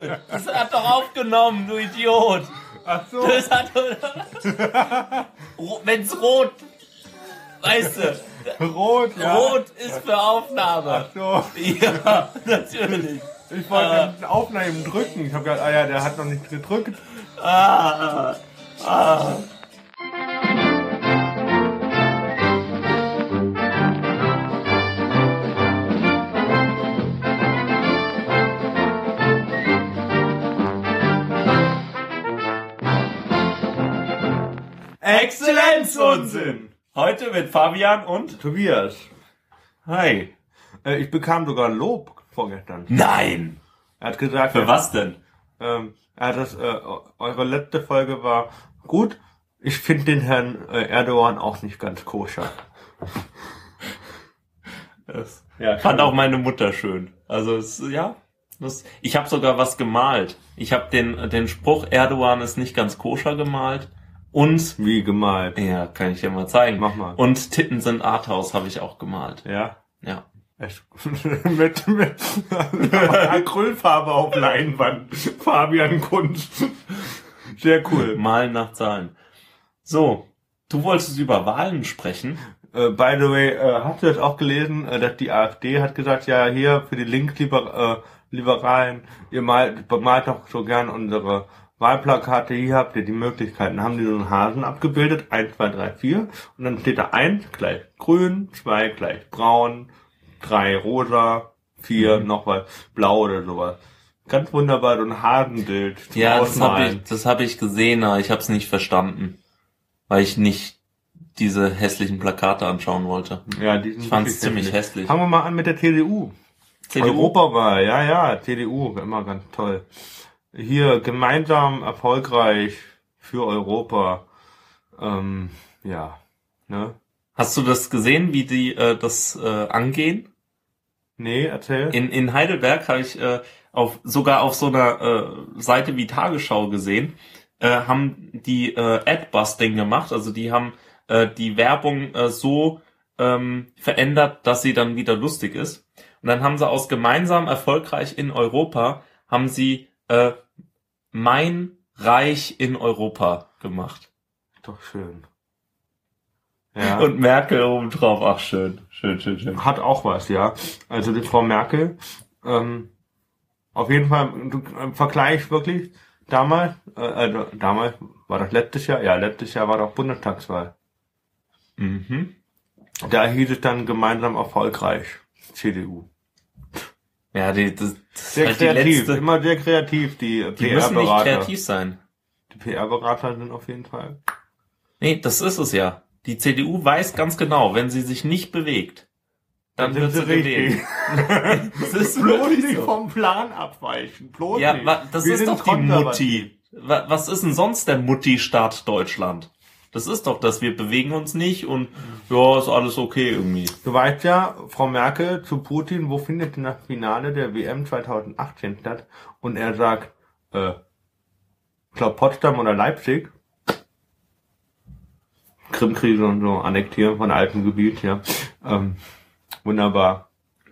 Das hat doch aufgenommen, du Idiot. Ach so. Das hat wenn's rot, weißt du, Rot, ja. rot ist für Aufnahme. Ach so. Ja, natürlich. Ich wollte den Aufnehmen drücken. Ich habe gedacht, ah ja, der hat noch nicht gedrückt. Exzellenzunsinn! Heute mit Fabian und Tobias, Hi. ich bekam sogar Lob vorgestern. Nein! Er hat gesagt, Für was denn? eure letzte Folge war gut. Ich finde den Herrn Erdogan auch nicht ganz koscher. Das Ja, fand auch meine Mutter schön. Also ich habe sogar was gemalt. Ich habe den Spruch Erdogan ist nicht ganz koscher gemalt. Und, Wie gemalt. ja, kann ich dir mal zeigen. Mach mal. Und Titten sind Arthouse habe ich auch gemalt. Ja. Ja. Echt. mit Acrylfarbe auf Leinwand. Fabian Kunst. Sehr cool. Malen nach Zahlen. So, du wolltest über Wahlen sprechen. By the way, hast du das auch gelesen, dass die AfD hat gesagt, ja, hier für die Linksliberalen, ihr malt doch so gern unsere Wahlplakate, hier habt ihr die Möglichkeiten. Haben die so einen Hasen abgebildet, 1, 2, 3, 4, und dann steht da 1 gleich grün, 2 gleich braun, 3 rosa, 4 noch was blau oder sowas. Ganz wunderbar, so ein Hasenbild zum Ja, Ausmalen. das hab ich gesehen, aber ich habe es nicht verstanden. Weil ich nicht diese hässlichen Plakate anschauen wollte. Ja, die sind Ich fand's wirklich ziemlich hässlich. Fangen wir mal an mit der CDU. CDU? Europawahl, ja, CDU, immer ganz toll. Hier, gemeinsam erfolgreich für Europa. Ja, ne? Hast du das gesehen, wie die das angehen? Nee, erzähl. In Heidelberg habe ich sogar auf so einer Seite wie Tagesschau gesehen, haben die Adbusting gemacht. Also die haben die Werbung so verändert, dass sie dann wieder lustig ist. Und dann haben sie aus gemeinsam erfolgreich in Europa, haben sie Mein Reich in Europa gemacht. Doch schön. Ja. Und Merkel oben drauf, ach schön. Hat auch was, ja. Also die Frau Merkel, auf jeden Fall, im Vergleich wirklich, damals war das letztes Jahr, ja, letztes Jahr war doch Bundestagswahl. Mhm. Da hieß es dann gemeinsam erfolgreich, CDU. Ja, das ist Sehr halt kreativ, die letzte. immer sehr kreativ, die Die müssen nicht PR-Berater. kreativ sein. Die PR-Berater sind auf jeden Fall. Nee, das ist es ja. Die CDU weiß ganz genau, wenn sie sich nicht bewegt, dann wird sie gewählt. Das ist Bloß wirklich nicht so. vom Plan abweichen. Bloß Ja, nicht. das Wir ist sind doch die konservativ. Mutti. Was ist denn sonst der Mutti-Staat Deutschland? Das ist doch, dass wir bewegen uns nicht und ja, ist alles okay irgendwie. Du weißt ja, Frau Merkel zu Putin, wo findet denn das Finale der WM 2018 statt? Und er sagt, ich glaube Potsdam oder Leipzig. Krimkrise und so, Annektieren von altem Gebiet, ja. Wunderbar.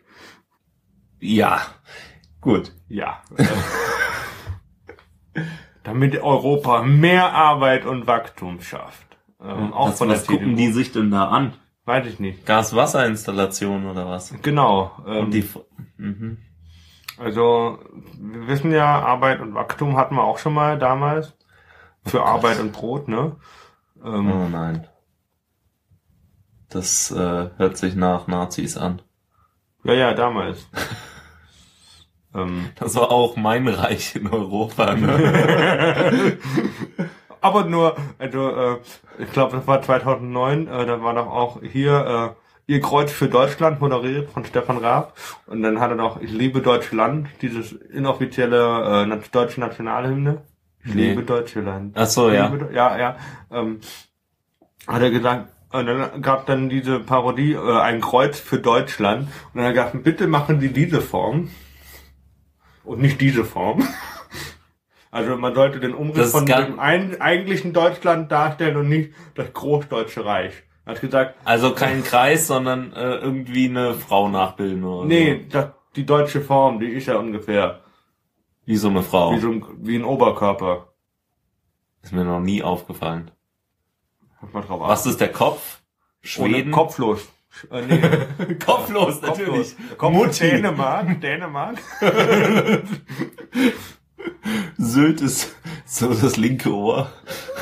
Ja, gut. Ja. Damit Europa mehr Arbeit und Wachstum schafft. Auch von der was gucken CDU. die sich denn da an? Weiß ich nicht. Gas-Wasser-Installation oder was? Genau. Und die, mhm. Also, wir wissen ja, Arbeit und Wachstum hatten wir auch schon mal damals. Für Arbeit und Brot, ne? Oh nein. Das hört sich nach Nazis an. Ja, damals. Das war auch mein Reich in Europa, ne? Aber nur, also, ich glaube, das war 2009, da war doch auch hier, Ihr Kreuz für Deutschland, moderiert von Stefan Raab. Und dann hat er noch Ich liebe Deutschland, dieses inoffizielle deutsche Nationalhymne. Ich liebe Deutschland. Ach so, ja. Hat er gesagt, und dann gab dann diese Parodie, ein Kreuz für Deutschland. Und dann hat er gesagt, bitte machen Sie diese Form. Und nicht diese Form. Also man sollte den Umriss von dem eigentlichen Deutschland darstellen und nicht das Großdeutsche Reich. Er hat gesagt, Also kein Kreis, sondern irgendwie eine Frau nachbilden oder nee, die deutsche Form, die ist ja ungefähr Wie so eine Frau. Wie ein Oberkörper. Ist mir noch nie aufgefallen. Mal drauf Was ist der Kopf? Schweden? Kopflos. Nee. Kopflos, natürlich. Kopflos. Dänemark. Sylt ist so das linke Ohr.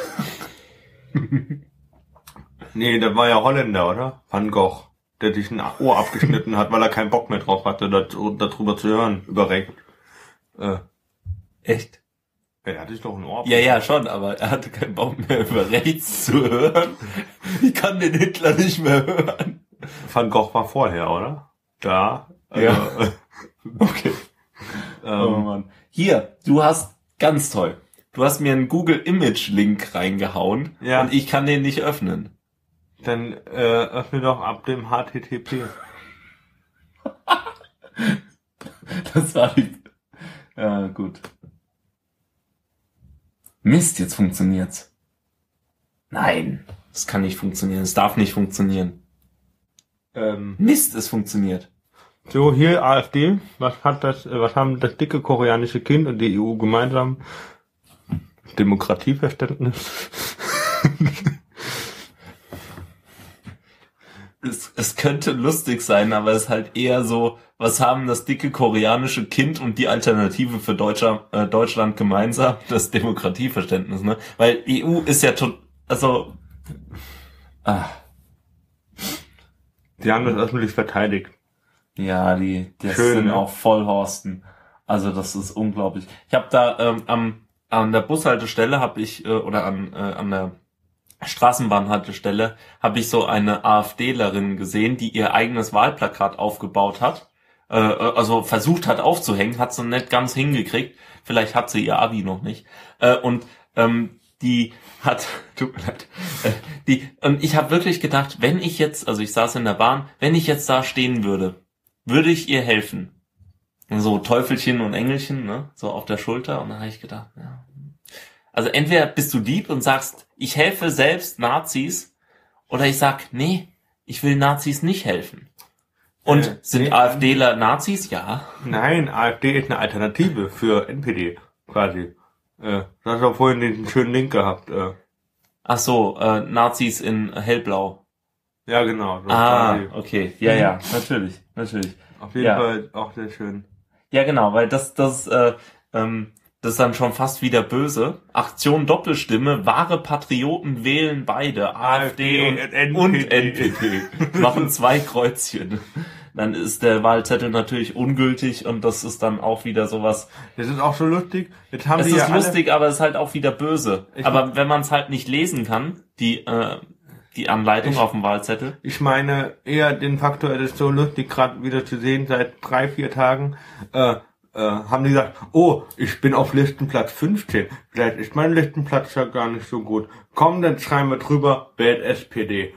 Nee, der war ja Holländer, oder? Van Gogh, der sich ein Ohr abgeschnitten hat, weil er keinen Bock mehr drauf hatte, darüber zu hören, über Recht. Echt? Er hatte sich doch ein Ohr. Ja, schon, aber er hatte keinen Bock mehr über rechts zu hören. Ich kann den Hitler nicht mehr hören. Van Gogh war vorher, oder? Da. Ja. Okay. Oh Mann. Hier, du hast, ganz toll, du hast mir einen Google Image Link reingehauen und ich kann den nicht öffnen. Dann öffne doch ab dem HTTP. Das war die... Ja, gut. Mist, jetzt funktioniert's. Nein, das kann nicht funktionieren. Es darf nicht funktionieren. Mist, es funktioniert. So, hier AfD. Was haben das dicke koreanische Kind und die EU gemeinsam? Demokratieverständnis. Es könnte lustig sein, aber es ist halt eher so, was haben das dicke koreanische Kind und die Alternative für Deutschland gemeinsam? Das Demokratieverständnis, ne? Weil EU ist ja Die haben das öffentlich verteidigt. Ja, das Schön, sind ne? auch Vollhorsten. Also das ist unglaublich. Ich habe da an der Bushaltestelle oder an der Straßenbahnhaltestelle habe ich so eine AfDlerin gesehen, die ihr eigenes Wahlplakat aufgebaut hat. Also versucht hat aufzuhängen, hat sie nicht ganz hingekriegt. Vielleicht hat sie ihr Abi noch nicht. Die hat, tut mir leid, und ich habe wirklich gedacht, wenn ich jetzt, also ich saß in der Bahn, wenn ich jetzt da stehen würde ich ihr helfen. Und so Teufelchen und Engelchen, ne, so auf der Schulter. Und dann habe ich gedacht, ja. Also entweder bist du lieb und sagst, ich helfe selbst Nazis, oder ich sag, nee, ich will Nazis nicht helfen. Und sind AfDler Nazis? Ja. Nein, AfD ist eine Alternative für NPD, quasi. Du hast doch vorhin den schönen Link gehabt. Ach so, Nazis in hellblau. Ja, genau. So quasi. Okay. Ja, natürlich. Auf jeden Fall auch sehr schön. Ja, genau, weil das ist dann schon fast wieder böse. Aktion Doppelstimme, wahre Patrioten wählen beide, AfD und NPD. Machen 2 Kreuzchen. Dann ist der Wahlzettel natürlich ungültig und das ist dann auch wieder sowas. Das ist auch so lustig. Jetzt haben es ist lustig, aber es ist halt auch wieder böse. Aber wenn man es halt nicht lesen kann, die Anleitung auf dem Wahlzettel. Ich meine eher den Faktor, es ist so lustig gerade wieder zu sehen, seit 3-4 Tagen, haben die gesagt, oh, ich bin auf Listenplatz 15. Vielleicht ist mein Listenplatz ja gar nicht so gut. Komm, dann schreiben wir drüber, wählt SPD.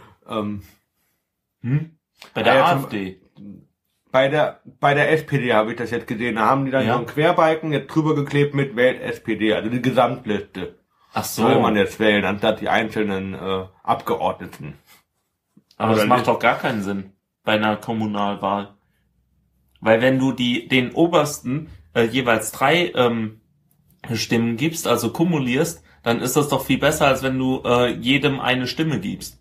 Bei der AfD. Bei der SPD habe ich das jetzt gesehen. Da haben die dann so einen Querbalken jetzt drüber geklebt mit wählt SPD, also die Gesamtliste. Ach so. Soll man jetzt wählen, anstatt die einzelnen Abgeordneten. Aber das macht doch gar keinen Sinn bei einer Kommunalwahl. Weil wenn du den obersten jeweils 3 Stimmen gibst, also kumulierst, dann ist das doch viel besser, als wenn du jedem eine Stimme gibst.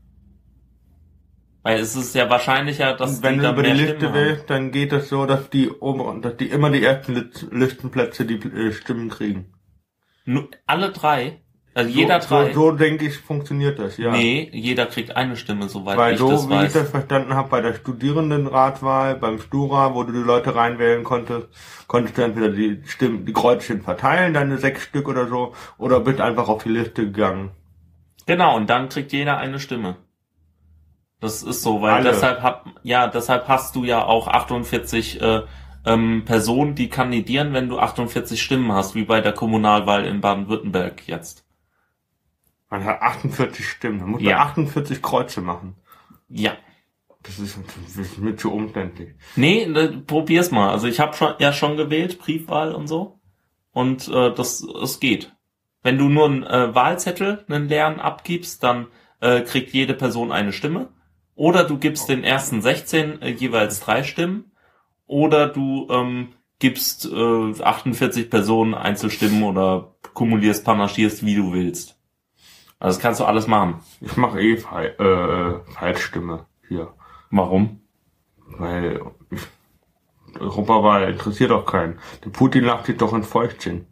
Weil es ist ja wahrscheinlicher, dass wenn du über die Liste Stimmen wählst, dann geht es so, dass die immer die ersten Listenplätze die Stimmen kriegen. Nur alle 3? Also jeder 3? So denke ich, funktioniert das, ja. Nee, jeder kriegt eine Stimme, soweit Weil ich so, das weiß. wie ich das verstanden habe, bei der Studierendenratwahl, beim Stura, wo du die Leute reinwählen konntest du entweder die Kreuzchen verteilen, deine 6 Stück oder so, oder bist einfach auf die Liste gegangen. Genau, und dann kriegt jeder eine Stimme. Das ist so, weil deshalb hast du ja auch 48 Personen, die kandidieren, wenn du 48 Stimmen hast, wie bei der Kommunalwahl in Baden-Württemberg jetzt. Man hat 48 Stimmen, man muss 48 Kreuze machen. Ja. Das ist mit zu umständlich. Nee, probier's mal. Also ich habe schon gewählt, Briefwahl und so. Und es geht. Wenn du nur einen Wahlzettel, einen leeren abgibst, dann kriegt jede Person eine Stimme. Oder du gibst den ersten 16 jeweils 3 Stimmen. Oder du gibst 48 Personen Einzelstimmen oder kumulierst, panachierst, wie du willst. Also das kannst du alles machen. Ich mache Falschstimme hier. Warum? Weil Europawahl interessiert doch keinen. Der Putin lacht sich doch in Feuchtsinn.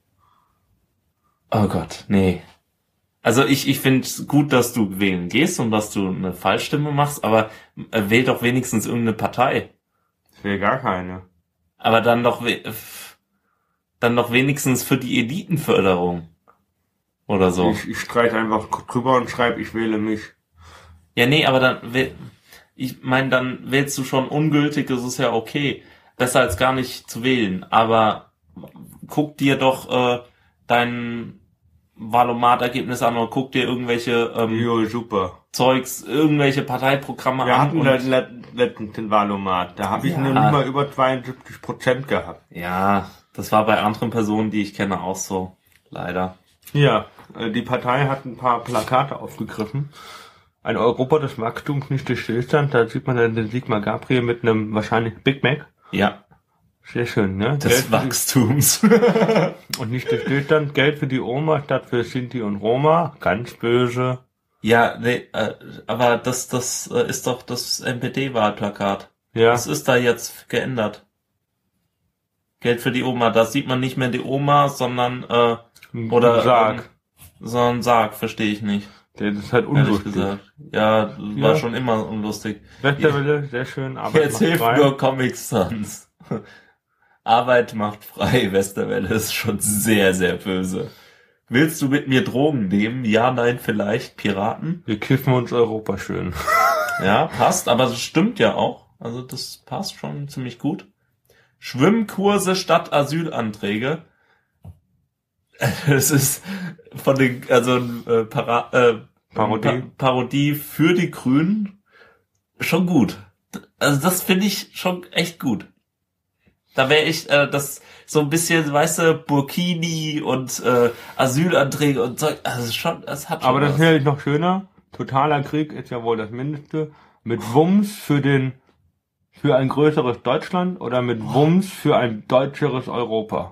Oh Gott, nee. Also ich finde es gut, dass du wählen gehst und dass du eine Falschstimme machst, aber wähl doch wenigstens irgendeine Partei. Ich will gar keine. Aber dann doch wenigstens für die Elitenförderung. Oder so. Ich streite einfach drüber und schreibe, ich wähle mich. Ja, nee, aber dann dann wählst du schon ungültig, das ist ja okay. Besser als gar nicht zu wählen. Aber guck dir doch dein Wahlomat-Ergebnis an oder guck dir irgendwelche super. Zeugs, irgendwelche Parteiprogramme Wir an. hatten letztens den Wahlomat. Da habe ich nur nicht mal über 72% gehabt. Ja, das war bei anderen Personen, die ich kenne, auch so. Leider. Ja, die Partei hat ein paar Plakate aufgegriffen. Ein Europa des Wachstums, nicht des Stillstands. Da sieht man dann den Sigmar Gabriel mit einem wahrscheinlich Big Mac. Ja. Sehr schön, ne? Des Wachstums. Und nicht der Stillstand. Geld für die Oma statt für Sinti und Roma. Ganz böse. Ja, nee, aber das ist doch das NPD-Wahlplakat. Ja. Das ist da jetzt geändert. Geld für die Oma. Da sieht man nicht mehr die Oma, sondern oder Sarg. sondern Sarg, verstehe ich nicht. Der ist halt Ehrlich unlustig. gesagt. Ja, war schon immer unlustig. Westerwelle, sehr schön. Arbeit Jetzt macht hilft frei. nur Comic Sans. Arbeit macht frei, Westerwelle ist schon sehr, sehr böse. Willst du mit mir Drogen nehmen? Ja, nein, vielleicht. Piraten? Wir kiffen uns Europa schön. Ja, passt, aber das stimmt ja auch. Also das passt schon ziemlich gut. Schwimmkurse statt Asylanträge. Es ist von den, also Parodie für die Grünen schon gut. Also das finde ich schon echt gut. Da wäre ich das so ein bisschen, weißt du, Burkini und Asylanträge und Zeug. Also schon, das hat schon Aber das was. ist natürlich noch schöner. Totaler Krieg ist ja wohl das Mindeste. Mit Wumms für ein größeres Deutschland oder mit Wumms für ein deutscheres Europa.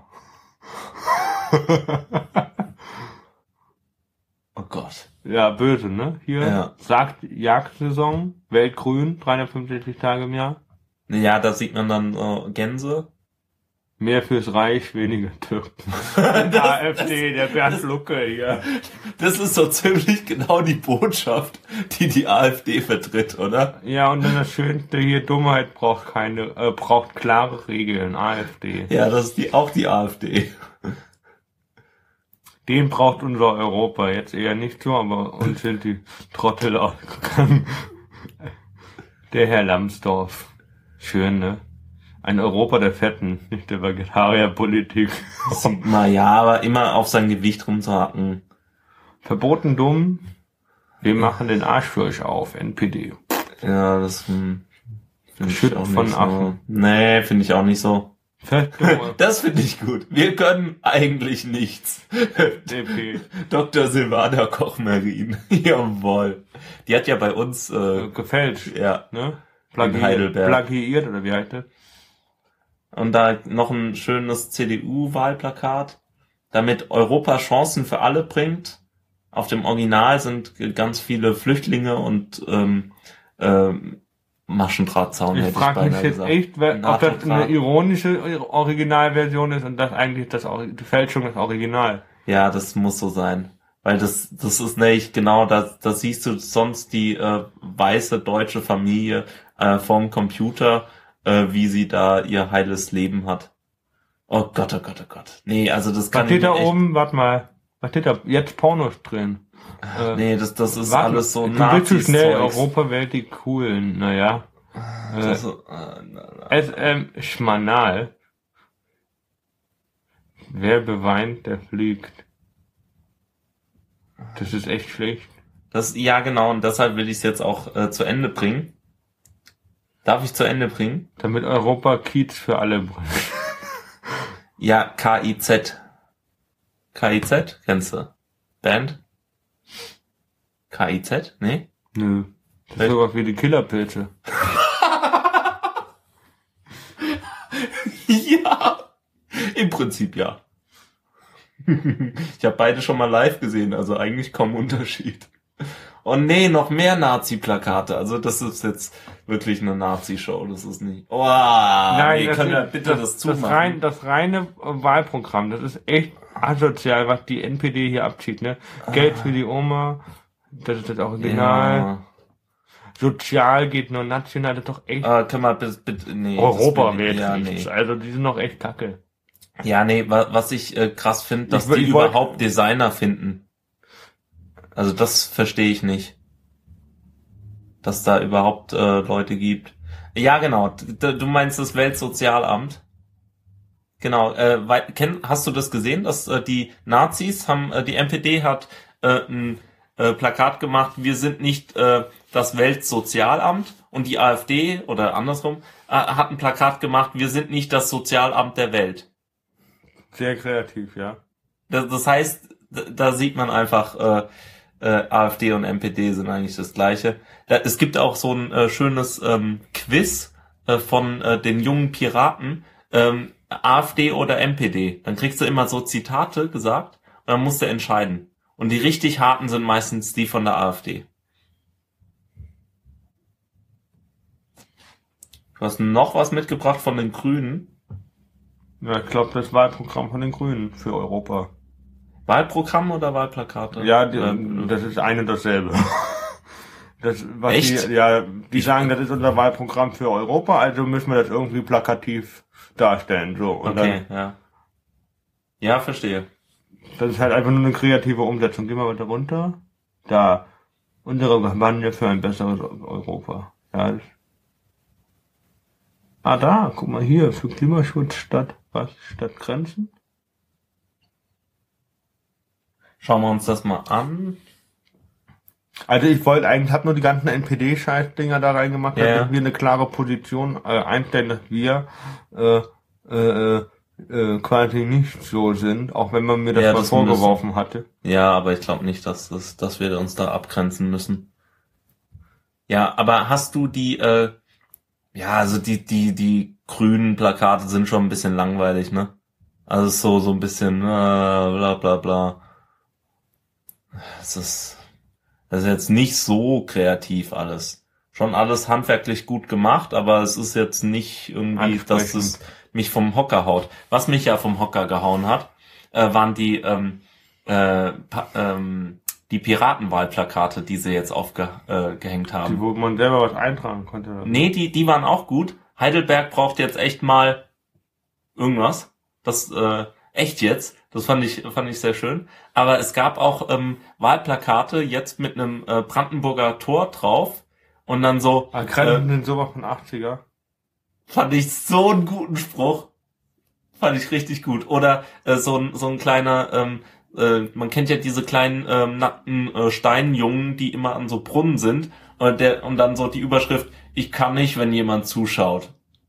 Oh Gott. Ja, böse, ne? Hier Ja. sagt Jagdsaison, Weltgrün, 365 Tage im Jahr. Ja, da sieht man dann Gänse. Mehr fürs Reich, weniger Türken. AfD, der Bernd Lucke hier. Das ist so ziemlich genau die Botschaft, die AfD vertritt, oder? Ja, und dann das Schönste hier, Dummheit braucht braucht klare Regeln, AfD. Ja, das ist auch die AfD. Den braucht unser Europa jetzt eher nicht so, aber uns sind die Trottel ausgegangen. Der Herr Lambsdorff. Schön, ne? Ein Europa der Fetten, nicht der Vegetarierpolitik. Ja, aber immer auf sein Gewicht rumzuhacken. Verboten dumm. Wir machen den Arsch für euch auf, NPD. Ja, das finde ich Schütt auch von nicht Affen. so. Nee, finde ich auch nicht so. Fette Das finde ich gut. Wir können eigentlich nichts. DP. Dr. Silvana Koch-Marin. Jawohl. Die hat ja bei uns, Gefälscht, ja, ne? in Heidelberg. Plagiiert, oder wie heißt das? Und da noch ein schönes CDU-Wahlplakat, damit Europa Chancen für alle bringt. Auf dem Original sind ganz viele Flüchtlinge und Maschendrahtzaun, Ich hätte ich frage mich beinahe jetzt gesagt. echt, ob das eine NATO-Draht. ironische Originalversion ist und das eigentlich die Fälschung das Original. Ja, das muss so sein. Weil das ist nämlich genau, das siehst du sonst die weiße deutsche Familie vom Computer, wie sie da ihr heiles Leben hat. Oh Gott, oh Gott, oh Gott. Nee, also das Was kann steht ich da mir echt, oben? Warte mal. Was steht da? Jetzt Pornos drin. nee, das ist Warte, alles so du bist zu schnell. Nazis-Zeugs. Europa wählt die Coolen. Naja. SM Schmanal. Wer beweint, der fliegt. Das ist echt schlecht. Ja, genau, und deshalb will ich es jetzt auch zu Ende bringen. Darf ich zu Ende bringen? Damit Europa Kiez für alle bringt. Ja, KIZ. KIZ? Kennst du? Band? KIZ? Nee? Nö. Das ist sogar wie die Killerpilze. Ja! Im Prinzip ja. Ich habe beide schon mal live gesehen, also eigentlich kaum Unterschied. Oh nee, noch mehr Nazi-Plakate. Also das ist jetzt wirklich eine Nazi-Show. Das ist nicht... Oh, Nein, nee, können wir bitte das zumachen? Das reine Wahlprogramm, das ist echt asozial, was die NPD hier abzieht, ne? Geld für die Oma, das ist das Original. Ja. Sozial geht nur national, das ist doch echt... Können wir bitte... Nee, Europa wäre ja, nee. Also die sind noch echt kacke. Ja, nee, was ich krass finde, dass die Ich wollt- überhaupt Designer finden. Also das verstehe ich nicht. Dass da überhaupt Leute gibt. Ja, genau. Du meinst das Weltsozialamt. Genau. Hast du das gesehen, dass die Nazis haben, die NPD hat ein Plakat gemacht, wir sind nicht das Weltsozialamt, und die AfD oder andersrum hat ein Plakat gemacht, wir sind nicht das Sozialamt der Welt. Sehr kreativ, ja. Das heißt, da sieht man einfach, AfD und NPD sind eigentlich das Gleiche. Es gibt auch so ein schönes Quiz von den jungen Piraten, AfD oder NPD. Dann kriegst du immer so Zitate gesagt und dann musst du entscheiden. Und die richtig harten sind meistens die von der AfD. Du hast noch was mitgebracht von den Grünen. Ja, ich glaube, das Wahlprogramm von den Grünen für Europa. Wahlprogramm oder Wahlplakate? Ja, das ist ein und dasselbe. Echt? Die sagen, das ist unser Wahlprogramm für Europa, also müssen wir das irgendwie plakativ darstellen. So. Und Okay, ja. Ja, verstehe. Das ist halt einfach nur eine kreative Umsetzung. Gehen wir weiter runter. Da. Unsere Kampagne für ein besseres Europa. Ja. Da, guck mal hier, für Klimaschutz statt Grenzen. Schauen wir uns das mal an. Also ich habe nur die ganzen NPD-Scheiß-Dinger da reingemacht, damit wir eine klare Position einstellen, dass wir quasi nicht so sind, auch wenn man mir das mal vorgeworfen hatte. Ja, aber ich glaube nicht, dass wir uns da abgrenzen müssen. Ja, aber hast du die, also die grünen Plakate sind schon ein bisschen langweilig, ne? Also so ein bisschen, bla bla bla. Das ist jetzt nicht so kreativ alles. Schon alles handwerklich gut gemacht, aber es ist jetzt nicht irgendwie, dass es mich vom Hocker haut. Was mich ja vom Hocker gehauen hat, waren die Piratenwahlplakate, die sie jetzt aufgehängt haben. Die, wo man selber was eintragen konnte. Oder? Nee, die waren auch gut. Heidelberg braucht jetzt echt mal irgendwas. Das, echt jetzt. Das fand ich sehr schön. Aber es gab auch Wahlplakate jetzt mit einem Brandenburger Tor drauf und dann so. Grenzen sind sowas von 80er. Fand ich so einen guten Spruch. Fand ich richtig gut. Oder so ein kleiner, man kennt ja diese kleinen nackten Steinjungen, die immer an so Brunnen sind. Und dann so die Überschrift: Ich kann nicht, wenn jemand zuschaut.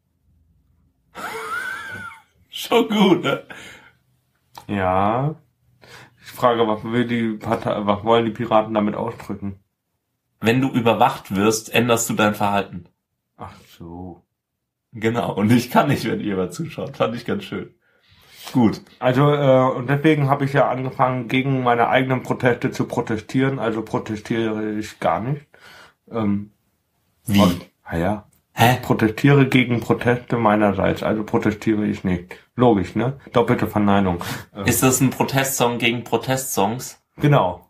Schon gut, ne? Ja. Ich frage, was wollen die Piraten damit ausdrücken? Wenn du überwacht wirst, änderst du dein Verhalten. Ach so. Genau. Und ich kann nicht, wenn jemand zuschaut. Fand ich ganz schön. Gut. Also, und deswegen habe ich ja angefangen, gegen meine eigenen Proteste zu protestieren. Also protestiere ich gar nicht. Wie? Ja. Hä? Protestiere gegen Proteste meinerseits, also protestiere ich nicht. Logisch, ne? Doppelte Verneinung. Ist das ein Protestsong gegen Protestsongs? Genau.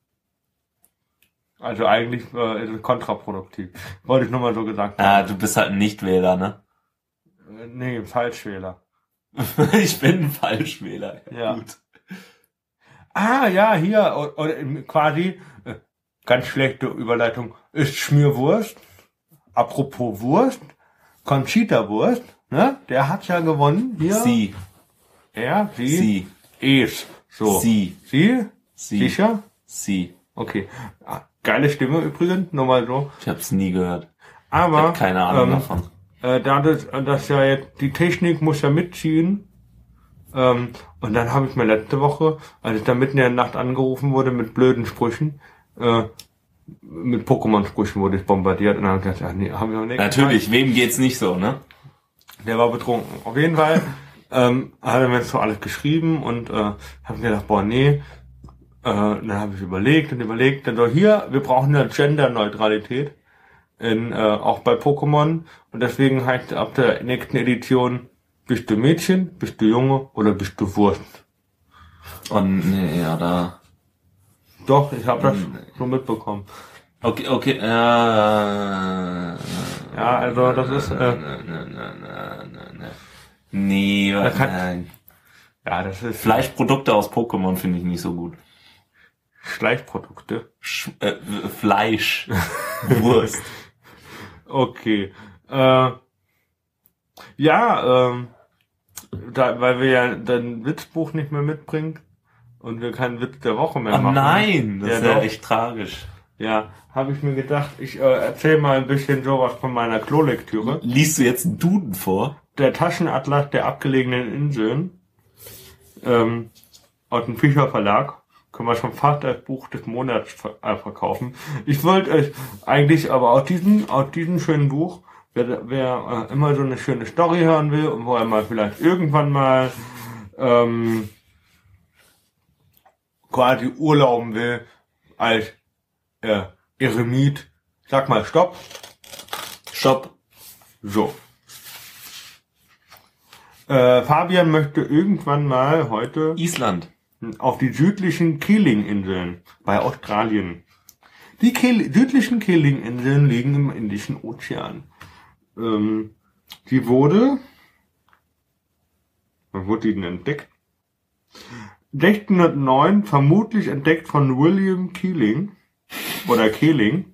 Also eigentlich ist es kontraproduktiv. Wollte ich nur mal so gesagt haben. Du bist halt ein Nichtwähler, ne? Nee, Falschwähler. Ich bin ein Falschwähler. Ja. Gut. Ja, hier, oder quasi, ganz schlechte Überleitung, ist Schmierwurst. Apropos Wurst, Conchita Wurst, ne? Der hat ja gewonnen hier. Sie. Er, Sie. Es. So. Sie. Sie? Sie. Sicher? Sie. Okay. Geile Stimme übrigens, nur mal so. Ich hab's nie gehört. Aber Ich hab keine Ahnung davon. Dadurch, dass ja jetzt die Technik muss ja mitziehen. Und dann habe ich mir letzte Woche, als ich da mitten in der Nacht angerufen wurde mit blöden Sprüchen, mit Pokémon-Sprüchen wurde ich bombardiert und dann habe ich gedacht, nee, haben wir am nächsten Natürlich, wem geht's nicht so, ne? Der war betrunken. Auf jeden Fall Haben wir jetzt so alles geschrieben und haben gedacht, boah, nee. Dann habe ich überlegt, dann so, hier, wir brauchen eine Gender-Neutralität auch bei Pokémon. Und deswegen heißt ab der nächsten Edition, bist du Mädchen, bist du Junge oder bist du Wurst? Und nee, ja, da. Doch, ich habe das so mitbekommen. Okay, ja, also das ist nee, ja, das ist Fleischprodukte aus Pokémon finde ich nicht so gut. Schleichprodukte. Fleisch. Wurst. Okay. Ja, weil wir ja dein Witzbuch nicht mehr mitbringen und wir keinen Witz der Woche mehr machen. Nein, das ist ja doch. echt tragisch. Ja, habe ich mir gedacht, ich erzähle mal ein bisschen sowas von meiner Klolektüre. Liest du jetzt einen Duden vor? Der Taschenatlas der abgelegenen Inseln aus dem Fischer Verlag. Können wir schon fast als Buch des Monats verkaufen. Ich wollte euch eigentlich aber aus diesem schönen Buch, wer immer so eine schöne Story hören will und wo er mal vielleicht irgendwann mal quasi urlauben will als Eremit, sag mal Stopp. Stopp. So. Fabian möchte irgendwann mal heute Island. auf die südlichen Keeling-Inseln bei Australien. Die südlichen Keeling-Inseln liegen im Indischen Ozean. Wann wurde die denn entdeckt? 1609 vermutlich entdeckt von William Keeling oder Keeling.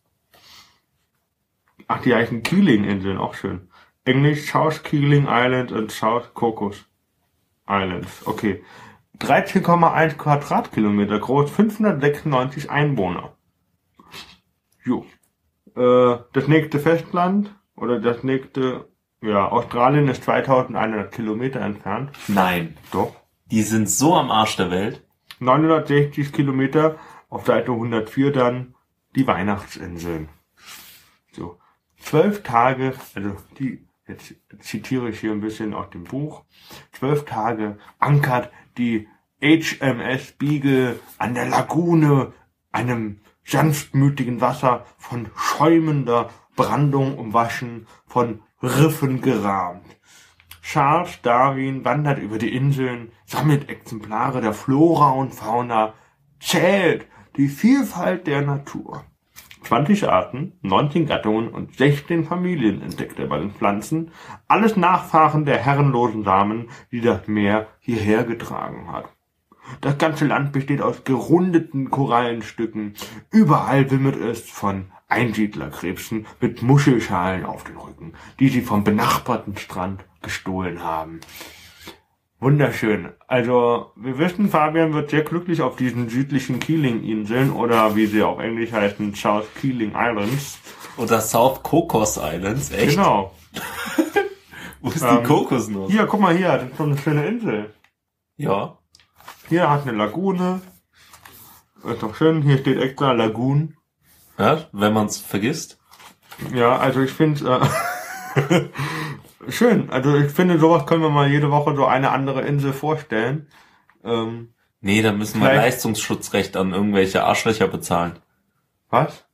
Ach, die heißen Keeling-Inseln, auch schön. Englisch South Keeling Island und South Cocos Islands. Okay. 13,1 Quadratkilometer groß, 596 Einwohner. Jo. Das nächste Festland oder das nächste, ja, Australien ist 2100 Kilometer entfernt. Nein. Doch. Die sind so am Arsch der Welt. 960 Kilometer, auf Seite 104 dann die Weihnachtsinseln. So. 12 Tage, also jetzt zitiere ich hier ein bisschen aus dem Buch. 12 Tage ankert die HMS Beagle an der Lagune, einem sanftmütigen Wasser, von schäumender Brandung umwaschen, von Riffen gerahmt. Charles Darwin wandert über die Inseln, sammelt Exemplare der Flora und Fauna, zählt die Vielfalt der Natur. 20 Arten, 19 Gattungen und 16 Familien entdeckt er bei den Pflanzen, alles Nachfahren der herrenlosen Damen, die das Meer hierher getragen hat. Das ganze Land besteht aus gerundeten Korallenstücken. Überall wimmelt es von Einsiedlerkrebsen mit Muschelschalen auf den Rücken, die sie vom benachbarten Strand gestohlen haben. Wunderschön. Also, wir wissen, Fabian wird sehr glücklich auf diesen südlichen Keeling-Inseln oder wie sie auf Englisch heißen, South Keeling Islands. Oder South Cocos Islands, echt? Genau. Wo ist die Kokosnuss? Hier, guck mal hier, das ist so eine schöne Insel. Ja. Hier hat eine Lagune. Ist doch schön, hier steht extra Lagoon. Ja, wenn man's vergisst. Ja, also ich finde schön. Also ich finde, sowas können wir mal jede Woche so eine andere Insel vorstellen. Nee, da müssen wir Leistungsschutzrecht an irgendwelche Arschlöcher bezahlen. Was?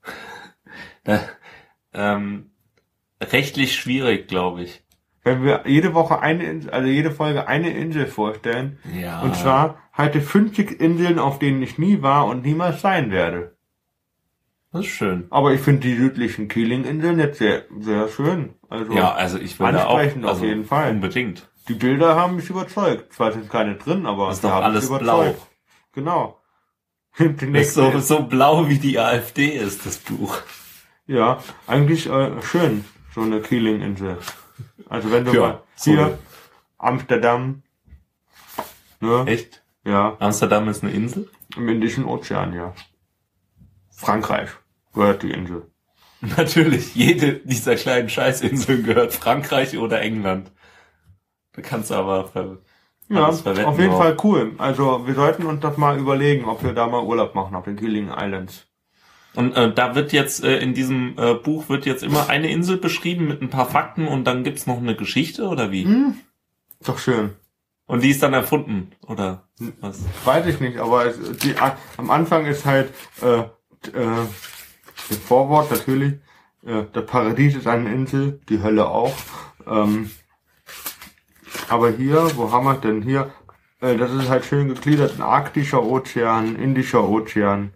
Rechtlich schwierig, glaube ich. Wenn wir jede Woche eine Insel, also jede Folge eine Insel vorstellen. Ja. Und zwar hatte 50 Inseln, auf denen ich nie war und niemals sein werde. Das ist schön. Aber ich finde die südlichen Keeling-Inseln jetzt sehr, sehr schön. Also ja, also ich will da auch, ansprechend auf jeden Fall. Unbedingt. Die Bilder haben mich überzeugt. Zwar sind keine drin, aber das ist doch alles blau. Genau. Das ist so blau wie die AfD ist, das Buch. Ja, eigentlich schön, so eine Keeling-Insel. Also wenn du mal hier, Amsterdam, ne? Echt? Ja. Amsterdam ist eine Insel? Im Indischen Ozean, ja. Frankreich gehört die Insel. Natürlich, jede dieser kleinen Scheißinseln gehört Frankreich oder England. Da kannst du aber alles verwenden. Auf jeden Fall cool. Also wir sollten uns das mal überlegen, ob wir da mal Urlaub machen auf den Keeling Islands. Und da wird jetzt in diesem Buch wird jetzt immer eine Insel beschrieben mit ein paar Fakten und dann gibt's noch eine Geschichte oder wie? Ist doch schön. Und die ist dann erfunden, oder was? Weiß ich nicht, aber am Anfang ist halt das Vorwort natürlich, das Paradies ist eine Insel, die Hölle auch. Aber hier, wo haben wir denn hier? Das ist halt schön gegliedert in Arktischer Ozean, Indischer Ozean.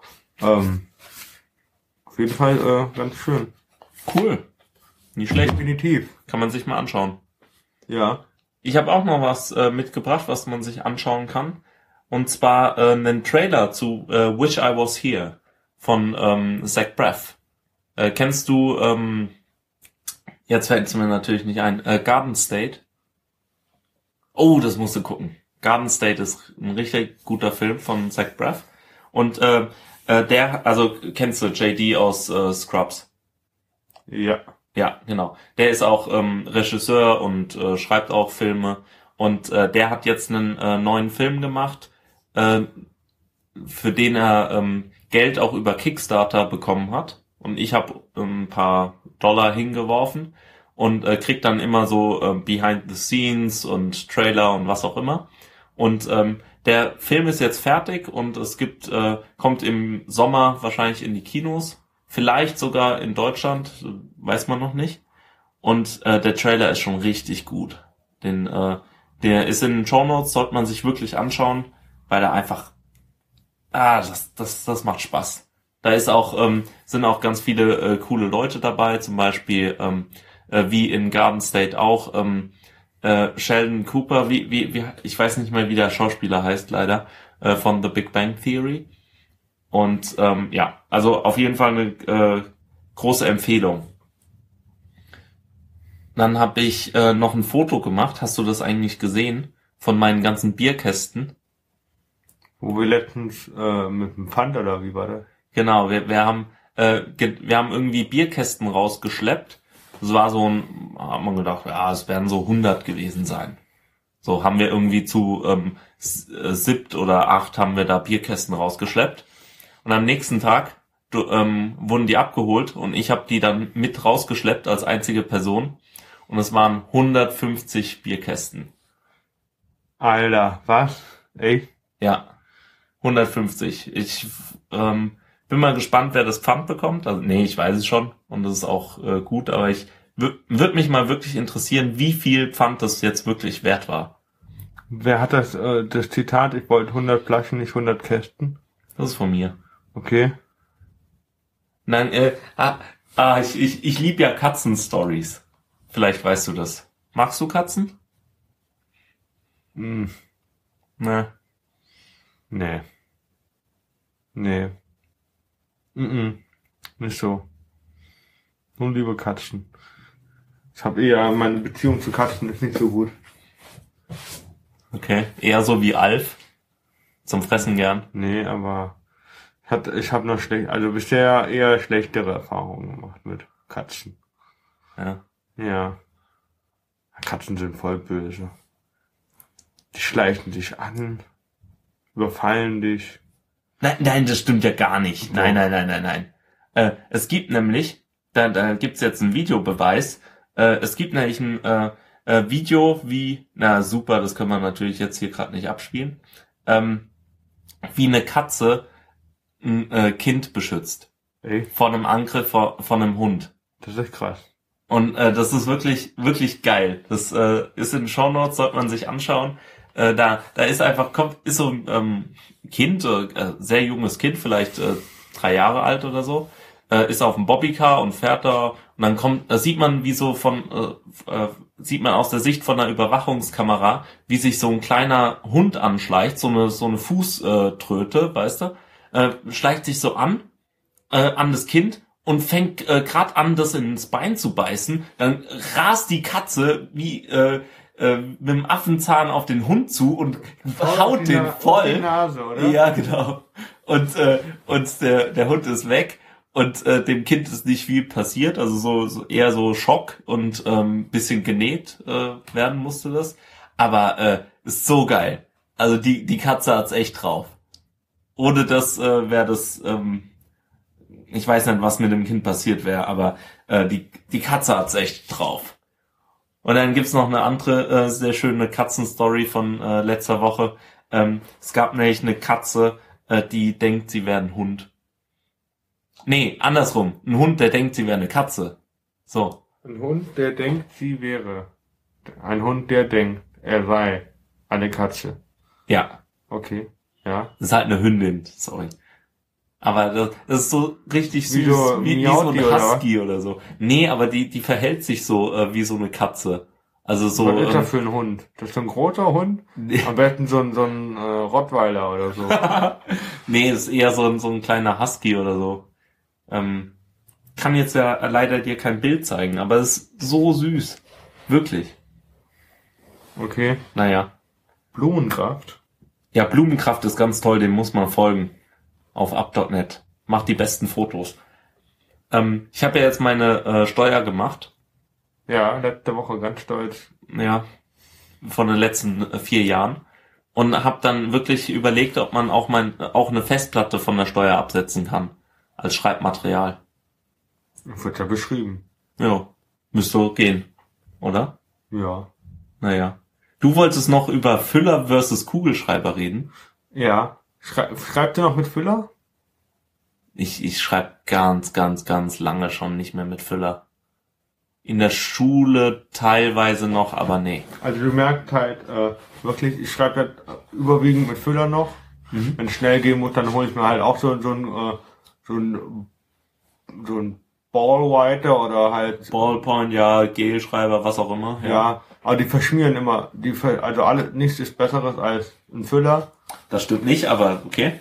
Auf jeden Fall ganz schön. Cool. Nicht schlecht. Definitiv. Kann man sich mal anschauen. Ja. Ich habe auch noch was mitgebracht, was man sich anschauen kann. Und zwar einen Trailer zu Wish I Was Here von Zach Braff. Kennst du, jetzt fällt es mir natürlich nicht ein, Garden State? Oh, das musst du gucken. Garden State ist ein richtig guter Film von Zach Braff. Und also kennst du JD aus Scrubs? Ja. Ja, genau. Der ist auch Regisseur und schreibt auch Filme. Und der hat jetzt einen neuen Film gemacht, für den er Geld auch über Kickstarter bekommen hat. Und ich habe ein paar Dollar hingeworfen und krieg dann immer so Behind the Scenes und Trailer und was auch immer. Und der Film ist jetzt fertig und es kommt im Sommer wahrscheinlich in die Kinos. Vielleicht sogar in Deutschland, weiß man noch nicht. Und der Trailer ist schon richtig gut. Der ist in den Shownotes, sollte man sich wirklich anschauen, weil er einfach, das macht Spaß. Da ist sind auch ganz viele coole Leute dabei, zum Beispiel wie in Garden State auch Sheldon Cooper, wie ich weiß nicht mehr, wie der Schauspieler heißt leider, von The Big Bang Theory. Und also auf jeden Fall eine große Empfehlung. Dann habe ich noch ein Foto gemacht. Hast du das eigentlich gesehen? Von meinen ganzen Bierkästen? Wo wir letztens mit dem Pfand oder wie war das? Genau, wir haben irgendwie Bierkästen rausgeschleppt. Das war haben wir gedacht, ja, es werden so 100 gewesen sein. So haben wir irgendwie zu 7 oder 8 haben wir da Bierkästen rausgeschleppt. Und am nächsten Tag wurden die abgeholt und ich habe die dann mit rausgeschleppt als einzige Person. Und es waren 150 Bierkästen. Alter, was? Echt? Ja, 150. Ich bin mal gespannt, wer das Pfand bekommt. Also nee, ich weiß es schon und das ist auch gut, aber ich würde mich mal wirklich interessieren, wie viel Pfand das jetzt wirklich wert war. Wer hat das Zitat, ich wollte 100 Flaschen, nicht 100 Kästen? Das ist von mir. Okay. Nein, ich liebe ja Katzen-Stories. Vielleicht weißt du das. Magst du Katzen? Ne. Nee. Nee. Nicht so. Nur liebe Katzen. Ich habe meine Beziehung zu Katzen ist nicht so gut. Okay, eher so wie Alf. Zum Fressen gern. Nee, aber ich habe noch bisher eher schlechtere Erfahrungen gemacht mit Katzen. Ja. Ja. Katzen sind voll böse. Die schleichen dich an, überfallen dich. Nein, das stimmt ja gar nicht. Nein. Es gibt nämlich, da gibt's jetzt einen Videobeweis. Es gibt nämlich ein Video super, das können wir natürlich jetzt hier gerade nicht abspielen, wie eine Katze ein Kind beschützt. Ey. Vor einem Angriff von einem Hund. Das ist echt krass. Und das ist wirklich, wirklich geil. Das ist in den Shownotes, sollte man sich anschauen. Da ist ist so ein Kind, sehr junges Kind, vielleicht 3 Jahre alt oder so, ist auf dem Bobbycar und fährt da und dann sieht man sieht man aus der Sicht von einer Überwachungskamera, wie sich so ein kleiner Hund anschleicht, so eine Fußtröte, weißt du, schleicht sich so an das Kind und fängt gerade an, das ins Bein zu beißen, dann rast die Katze wie mit dem Affenzahn auf den Hund zu und haut den voll. Die Nase, oder? Ja, genau. Und der Hund ist weg und dem Kind ist nicht viel passiert, also so eher so Schock und bisschen genäht werden musste das. Aber ist so geil. Also die Katze hat's echt drauf. Ohne das wäre das ich weiß nicht, was mit dem Kind passiert wäre, aber die Katze hat's echt drauf. Und dann gibt's noch eine andere sehr schöne Katzenstory von letzter Woche. Es gab nämlich eine Katze, die denkt, sie wäre ein Hund. Nee, andersrum. Ein Hund, der denkt, sie wäre eine Katze. So. Ein Hund, der denkt, sie wäre. Ein Hund, der denkt, er sei eine Katze. Ja. Okay, ja. Das ist halt eine Hündin, sorry. Aber das ist so richtig süß, wie so ein Husky oder so. Nee, aber die verhält sich so wie so eine Katze. Also so. Was ist das für ein Hund? Das ist so ein großer Hund? Nee. Am besten so ein Rottweiler oder so. Nee, ist eher so ein kleiner Husky oder so. Kann jetzt ja leider dir kein Bild zeigen, aber es ist so süß. Wirklich. Okay. Naja. Blumenkraft? Ja, Blumenkraft ist ganz toll, dem muss man folgen. Auf up.net. Macht die besten Fotos. Ich habe ja jetzt meine Steuer gemacht. Ja, letzte Woche ganz stolz. Ja, von den letzten 4 Jahren. Und habe dann wirklich überlegt, ob man auch eine Festplatte von der Steuer absetzen kann. Als Schreibmaterial. Wird ja beschrieben. Ja, müsste gehen. Oder? Ja. Naja. Du wolltest noch über Füller versus Kugelschreiber reden? Ja. Schreibt ihr noch mit Füller? Ich schreibe ganz, ganz, ganz lange schon nicht mehr mit Füller. In der Schule teilweise noch, aber nee. Also du merkst halt wirklich, ich schreibe halt überwiegend mit Füller noch. Mhm. Wenn es schnell gehen muss, dann hole ich mir halt auch so ein Ballwriter oder halt Ballpoint, ja, Gelschreiber, was auch immer. Ja, aber die verschmieren immer. Also nichts ist Besseres als ein Füller. Das stimmt nicht, aber okay.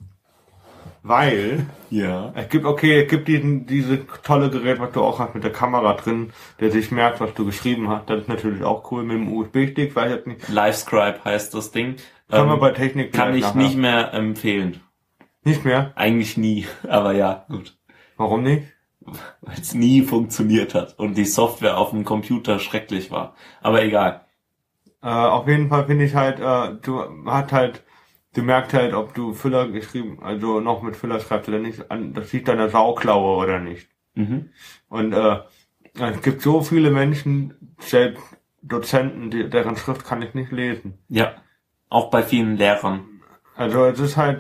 Weil ja. Es gibt diese tolle Gerät, was du auch hast mit der Kamera drin, der sich merkt, was du geschrieben hast. Das ist natürlich auch cool mit dem USB-Stick, weiß ich jetzt nicht. Livescribe heißt das Ding. Kann man bei Technik kann ich nachher nicht mehr empfehlen. Nicht mehr? Eigentlich nie, aber ja, gut. Warum nicht? Weil es nie funktioniert hat und die Software auf dem Computer schrecklich war. Aber egal. Auf jeden Fall finde ich halt, du merkst halt, ob du Füller geschrieben, also noch mit Füller schreibst oder nicht, das sieht deiner Sauklaue oder nicht. Mhm. Und es gibt so viele Menschen, selbst Dozenten, deren Schrift kann ich nicht lesen. Ja, auch bei vielen Lehrern. Also es ist halt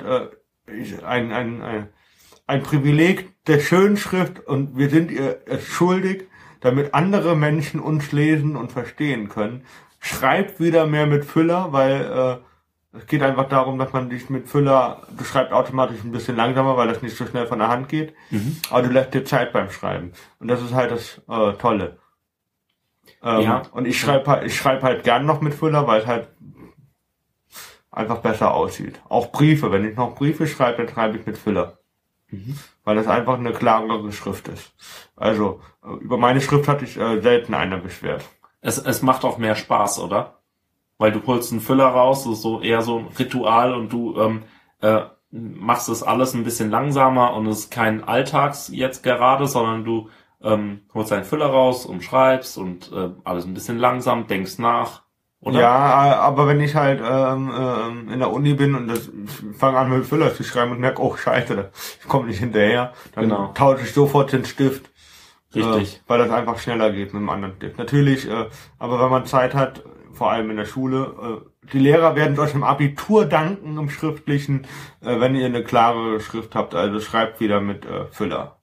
ein Privileg der schönen Schrift und wir sind ihr es schuldig, damit andere Menschen uns lesen und verstehen können. Schreibt wieder mehr mit Füller, weil es geht einfach darum, dass man dich mit Füller, du schreibst automatisch ein bisschen langsamer, weil das nicht so schnell von der Hand geht, aber du lässt dir Zeit beim Schreiben. Und das ist halt das Tolle. Ja. Und ich schreibe halt gern noch mit Füller, weil es halt einfach besser aussieht. Auch Briefe, wenn ich noch Briefe schreibe, dann schreibe ich mit Füller. Mhm. Weil das einfach eine klarere Schrift ist. Also, über meine Schrift hat sich selten einer beschwert. Es macht auch mehr Spaß, oder? Weil du holst einen Füller raus, das ist so eher so ein Ritual und du machst es alles ein bisschen langsamer und es ist kein Alltags jetzt gerade, sondern du holst einen Füller raus und schreibst und alles ein bisschen langsam, denkst nach, oder? Ja, aber wenn ich halt in der Uni bin und fange an mit Füller zu schreiben und merke, oh scheiße, ich komme nicht hinterher, dann tausche ich sofort den Stift. Richtig. Weil das einfach schneller geht mit dem anderen Stift. Natürlich, aber wenn man Zeit hat, vor allem in der Schule, die Lehrer werden euch im Abitur danken, im Schriftlichen, wenn ihr eine klare Schrift habt, also schreibt wieder mit Füller.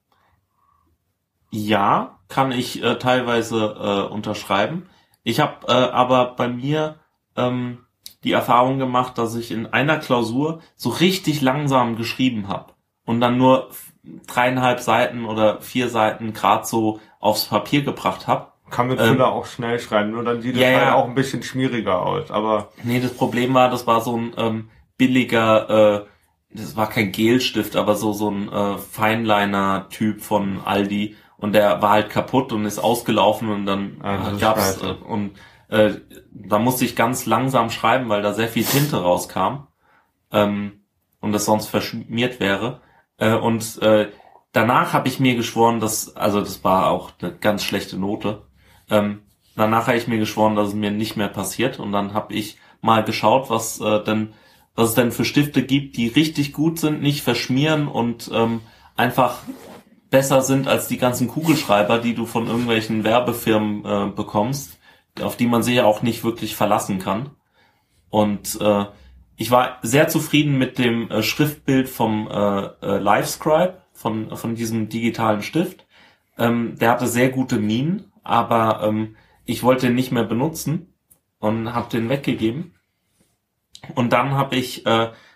Ja, kann ich teilweise unterschreiben. Ich habe aber bei mir die Erfahrung gemacht, dass ich in einer Klausur so richtig langsam geschrieben habe und dann nur 3,5 Seiten oder 4 Seiten gerade so aufs Papier gebracht habe. Kann mit Füller auch schnell schreiben, nur dann sieht es halt auch ein bisschen schwieriger aus. Aber nee, das Problem war, das war so ein billiger, das war kein Gelstift, aber so ein Fineliner-Typ von Aldi und der war halt kaputt und ist ausgelaufen und dann gab's da musste ich ganz langsam schreiben, weil da sehr viel Tinte rauskam und das sonst verschmiert wäre. Und danach habe ich mir geschworen, das war auch eine ganz schlechte Note. Danach habe ich mir geschworen, dass es mir nicht mehr passiert. Und dann habe ich mal geschaut, was es denn für Stifte gibt, die richtig gut sind, nicht verschmieren und einfach besser sind als die ganzen Kugelschreiber, die du von irgendwelchen Werbefirmen bekommst, auf die man sich ja auch nicht wirklich verlassen kann. Und ich war sehr zufrieden mit dem Schriftbild vom LiveScribe, von diesem digitalen Stift. Der hatte sehr gute Minen, aber ich wollte ihn nicht mehr benutzen und habe den weggegeben. Und dann habe ich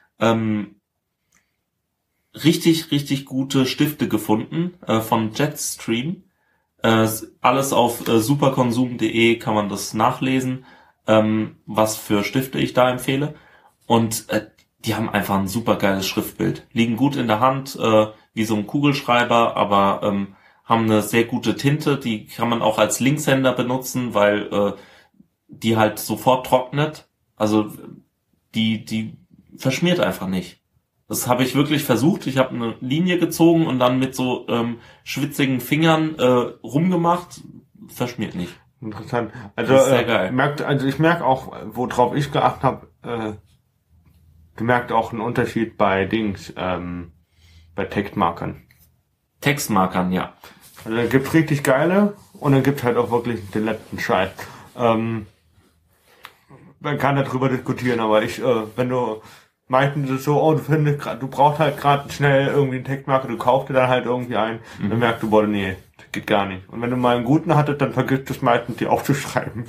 richtig gute Stifte gefunden von Jetstream. Alles auf superkonsum.de kann man das nachlesen, was für Stifte ich da empfehle. Und die haben einfach ein super geiles Schriftbild. Liegen gut in der Hand, wie so ein Kugelschreiber, aber haben eine sehr gute Tinte. Die kann man auch als Linkshänder benutzen, weil die halt sofort trocknet. Also die verschmiert einfach nicht. Das habe ich wirklich versucht. Ich habe eine Linie gezogen und dann mit so schwitzigen Fingern rumgemacht. Verschmiert nicht. Interessant. Das ist sehr geil. Ich merke auch, worauf ich geachtet habe, gemerkt auch einen Unterschied bei bei Textmarkern. Textmarkern, ja. Also da gibt's richtig geile und dann gibt's halt auch wirklich den letzten Scheiß. Man kann darüber diskutieren, aber wenn du meistens ist es so, du brauchst halt gerade schnell irgendwie einen Textmarker, du kaufst dir dann halt irgendwie einen, dann merkst du, boah, nee, das geht gar nicht. Und wenn du mal einen guten hattest, dann vergisst du es meistens, die aufzuschreiben.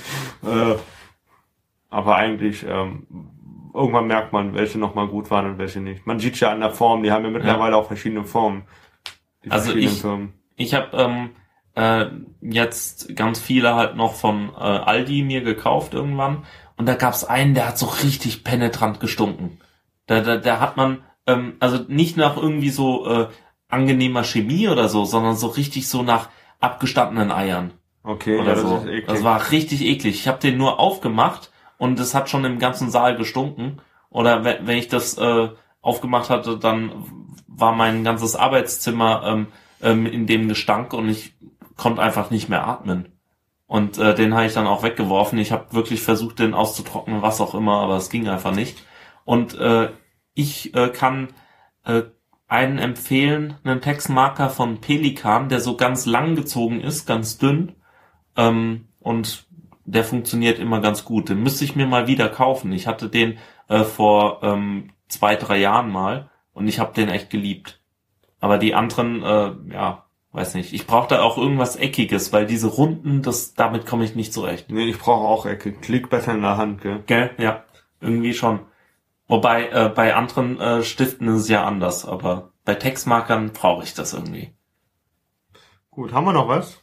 Aber eigentlich, irgendwann merkt man, welche nochmal gut waren und welche nicht. Man sieht ja an der Form, die haben ja mittlerweile auch verschiedene Formen. Also ich habe jetzt ganz viele halt noch von Aldi mir gekauft irgendwann und da gab's einen, der hat so richtig penetrant gestunken. Da hat man also nicht nach irgendwie so angenehmer Chemie oder so, sondern so richtig so nach abgestandenen Eiern. Okay, oder ja, so. das ist eklig. Das war richtig eklig. Ich habe den nur aufgemacht und es hat schon im ganzen Saal gestunken. Oder wenn ich das aufgemacht hatte, dann war mein ganzes Arbeitszimmer in dem Gestank und ich konnte einfach nicht mehr atmen. Und den habe ich dann auch weggeworfen. Ich habe wirklich versucht, den auszutrocknen, was auch immer, aber es ging einfach nicht. Und ich kann einen empfehlen, einen Textmarker von Pelikan, der so ganz lang gezogen ist, ganz dünn. Und der funktioniert immer ganz gut. Den müsste ich mir mal wieder kaufen. Ich hatte den vor 2-3 Jahren mal und ich habe den echt geliebt. Aber die anderen, weiß nicht. Ich brauche da auch irgendwas Eckiges, weil diese Runden, damit komme ich nicht zurecht. Nee, ich brauche auch eckig. Liegt besser in der Hand, gell? Gell? Ja, irgendwie schon. Wobei, bei anderen Stiften ist es ja anders, aber bei Textmarkern brauche ich das irgendwie. Gut, haben wir noch was?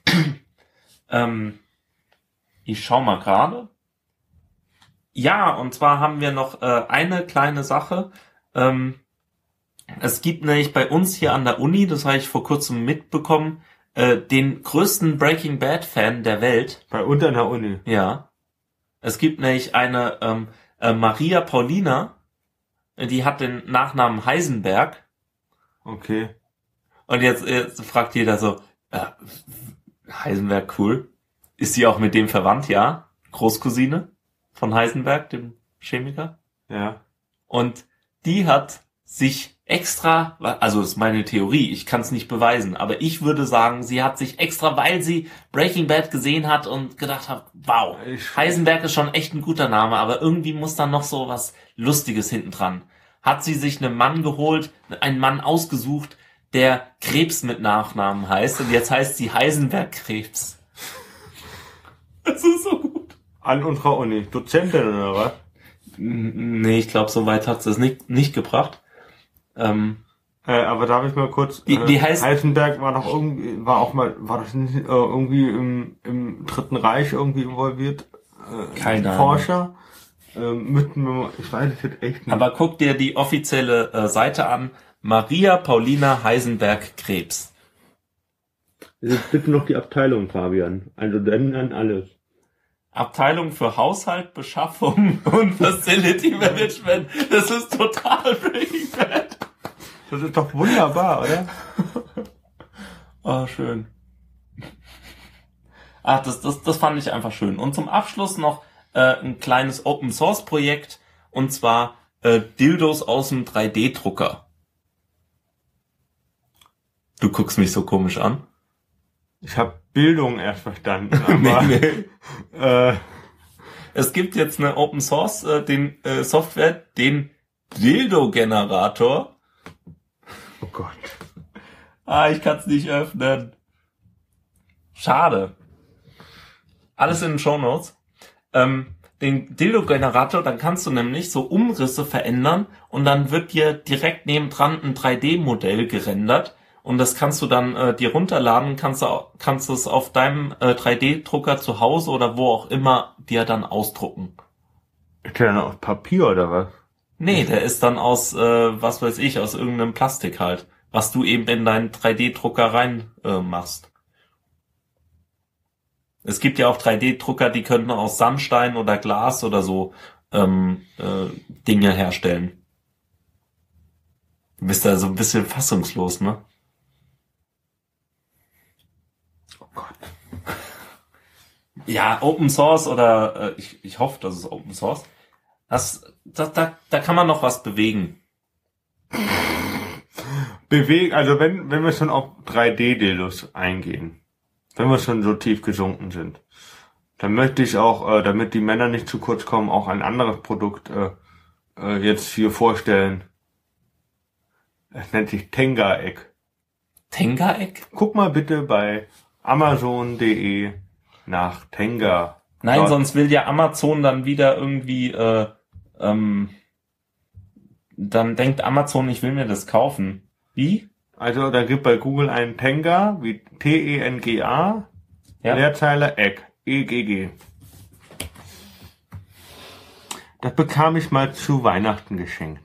Ich schau mal gerade. Ja, und zwar haben wir noch eine kleine Sache. Es gibt nämlich bei uns hier an der Uni, das habe ich vor kurzem mitbekommen, den größten Breaking Bad Fan der Welt. Bei uns an der Uni? Ja. Es gibt nämlich eine Maria Paulina, die hat den Nachnamen Heisenberg. Okay. Und jetzt fragt jeder so, Heisenberg, cool. Ist sie auch mit dem verwandt? Ja. Großcousine von Heisenberg, dem Chemiker. Ja. Und die hat sich extra, also das ist meine Theorie, ich kann es nicht beweisen, aber ich würde sagen, sie hat sich extra, weil sie Breaking Bad gesehen hat und gedacht hat, wow, Heisenberg ist schon echt ein guter Name, aber irgendwie muss da noch so was Lustiges hinten dran. Hat sie sich einen Mann geholt, einen Mann ausgesucht, der Krebs mit Nachnamen heißt und jetzt heißt sie Heisenberg Krebs. Das ist so gut. An unserer Uni. Dozentin oder was? Nee, ich glaube, so weit hat sie es nicht gebracht. Aber darf ich mal kurz, die heißt, Heisenberg war doch irgendwie, war das nicht irgendwie im Dritten Reich irgendwie involviert? Keine Forscher? Ich weiß es jetzt echt nicht. Aber guck dir die offizielle Seite an. Maria Paulina Heisenberg Krebs. Jetzt bitte noch die Abteilung, Fabian. Also dann alles. Abteilung für Haushalt, Beschaffung und Facility Management. Das ist total Breaking Bad. Das ist doch wunderbar, oder? Oh, schön. Ach, das fand ich einfach schön. Und zum Abschluss noch ein kleines Open Source Projekt, und zwar Dildos aus dem 3D-Drucker. Du guckst mich so komisch an. Ich habe Bildung erst verstanden, aber Es gibt jetzt eine Open Source Software, den Dildo-Generator. Oh Gott. Ich kann es nicht öffnen. Schade. Alles in den Shownotes. Den Dildo-Generator, dann kannst du nämlich so Umrisse verändern und dann wird dir direkt nebendran ein 3D-Modell gerendert und das kannst du dann dir runterladen, kannst du es auf deinem 3D-Drucker zu Hause oder wo auch immer dir dann ausdrucken. Ist der dann aus Papier oder was? Nee, der ist dann aus, was weiß ich, aus irgendeinem Plastik halt, was du eben in deinen 3D-Drucker rein machst. Es gibt ja auch 3D-Drucker, die können aus Sandstein oder Glas oder so Dinge herstellen. Du bist da so ein bisschen fassungslos, ne? Oh Gott. Ja, Open Source oder ich hoffe, das ist Open Source. Da kann man noch was bewegen. Also wenn wir schon auf 3D-Dildos eingehen, wenn wir schon so tief gesunken sind, dann möchte ich auch, damit die Männer nicht zu kurz kommen, auch ein anderes Produkt jetzt hier vorstellen. Es nennt sich Tenga-Egg. Tenga-Egg? Guck mal bitte bei Amazon.de nach Tenga. Nein, Dort. sonst will ja Amazon dann wieder irgendwie, dann denkt Amazon, ich will mir das kaufen. Wie? Also da gibt bei Google einen Tenga, wie Tenga, Ja. Leerzeile Egg, EGG. Das bekam ich mal zu Weihnachten geschenkt.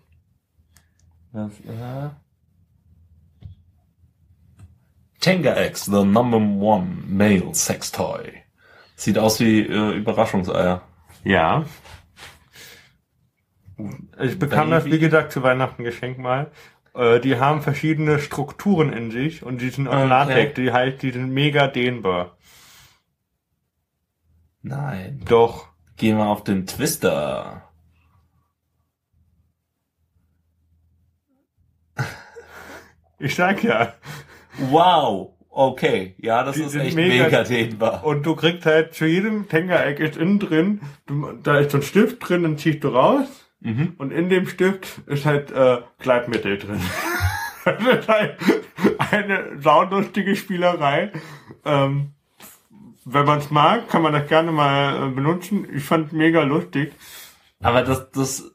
Tenga Eggs, the number one male sex toy. Sieht aus wie Überraschungseier. Ja. Ich bekam das, Baby. wie gesagt, zu Weihnachten geschenkt mal. Die haben verschiedene Strukturen in sich und die sind aus Okay. Latex, die sind mega dehnbar. Nein. Doch. Gehen wir auf den Twister. Ich sag ja. Wow. Okay. Ja, das Die ist sind echt mega- mega dehnbar. Und du kriegst halt zu jedem Tenga-Egg ist innen drin, da ist so ein Stift drin, den ziehst du raus. Mhm. Und in dem Stift ist halt Gleitmittel drin. Das ist halt eine saulustige Spielerei. Wenn man es mag, kann man das gerne mal benutzen. Ich fand es mega lustig. Aber das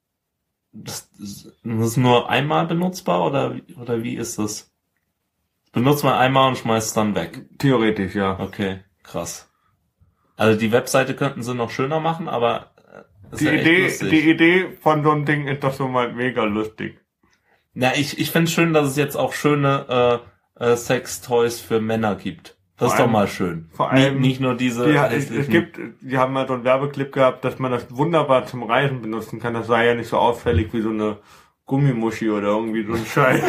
ist nur einmal benutzbar oder wie ist das? Benutzt man einmal und schmeißt es dann weg. Theoretisch, ja. Okay, krass. Also die Webseite könnten sie noch schöner machen, aber ist Die ja echt lustig. Idee von so einem Ding ist doch so mal mega lustig. Ja, ich find's schön, dass es jetzt auch schöne Sex-Toys für Männer gibt. Das Vor ist doch allem- mal schön. vor allem- nicht nur diese Die haben mal so einen Werbeclip gehabt, dass man das wunderbar zum Reisen benutzen kann. Das sei ja nicht so auffällig wie so eine Gummimuschi oder irgendwie so ein Scheiß.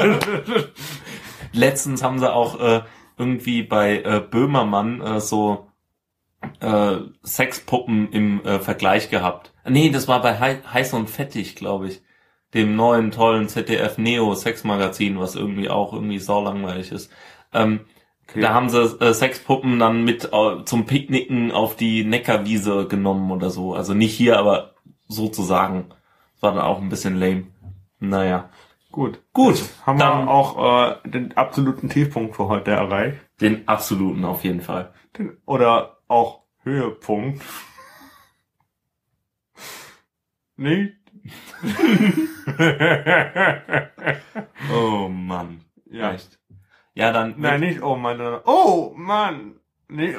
Letztens haben sie auch irgendwie bei Böhmermann so Sexpuppen im Vergleich gehabt. Nee, das war bei Heiß und Fettig, glaube ich. Dem neuen, tollen ZDF Neo Sexmagazin, was irgendwie saulangweilig ist. Okay. Da haben sie Sexpuppen dann mit zum Picknicken auf die Neckarwiese genommen oder so. Also nicht hier, aber sozusagen. Das war dann auch ein bisschen lame. Naja. Gut. Gut. Haben dann wir auch den absoluten Tiefpunkt für heute erreicht. den absoluten auf jeden Fall. Oder auch Höhepunkt. Nicht? Oh Mann. Ja. Echt. Ja, dann. Nein, nicht oh Mann. sondern Oh Mann. Nee.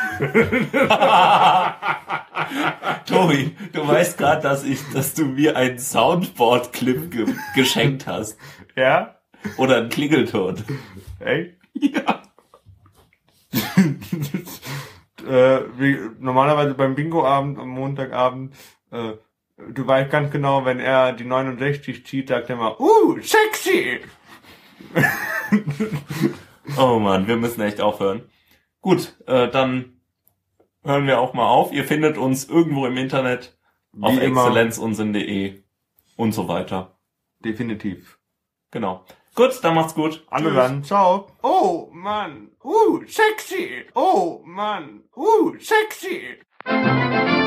Tobi, du weißt gerade, dass du mir einen Soundboard-Clip geschenkt hast. Ja? Oder einen Klingelton. Ey? Ja. Wie normalerweise beim Bingo-Abend am Montagabend, du weißt ganz genau, wenn er die 69 zieht, sagt er mal, sexy! Oh Mann, wir müssen echt aufhören. Gut, dann hören wir auch mal auf. Ihr findet uns irgendwo im Internet auf Wie immer. exzellenzunsinn.de und so weiter. Definitiv. Genau. Gut, dann macht's gut. Alle Tschüss. dann, ciao. Oh Mann, sexy! Oh Mann, sexy!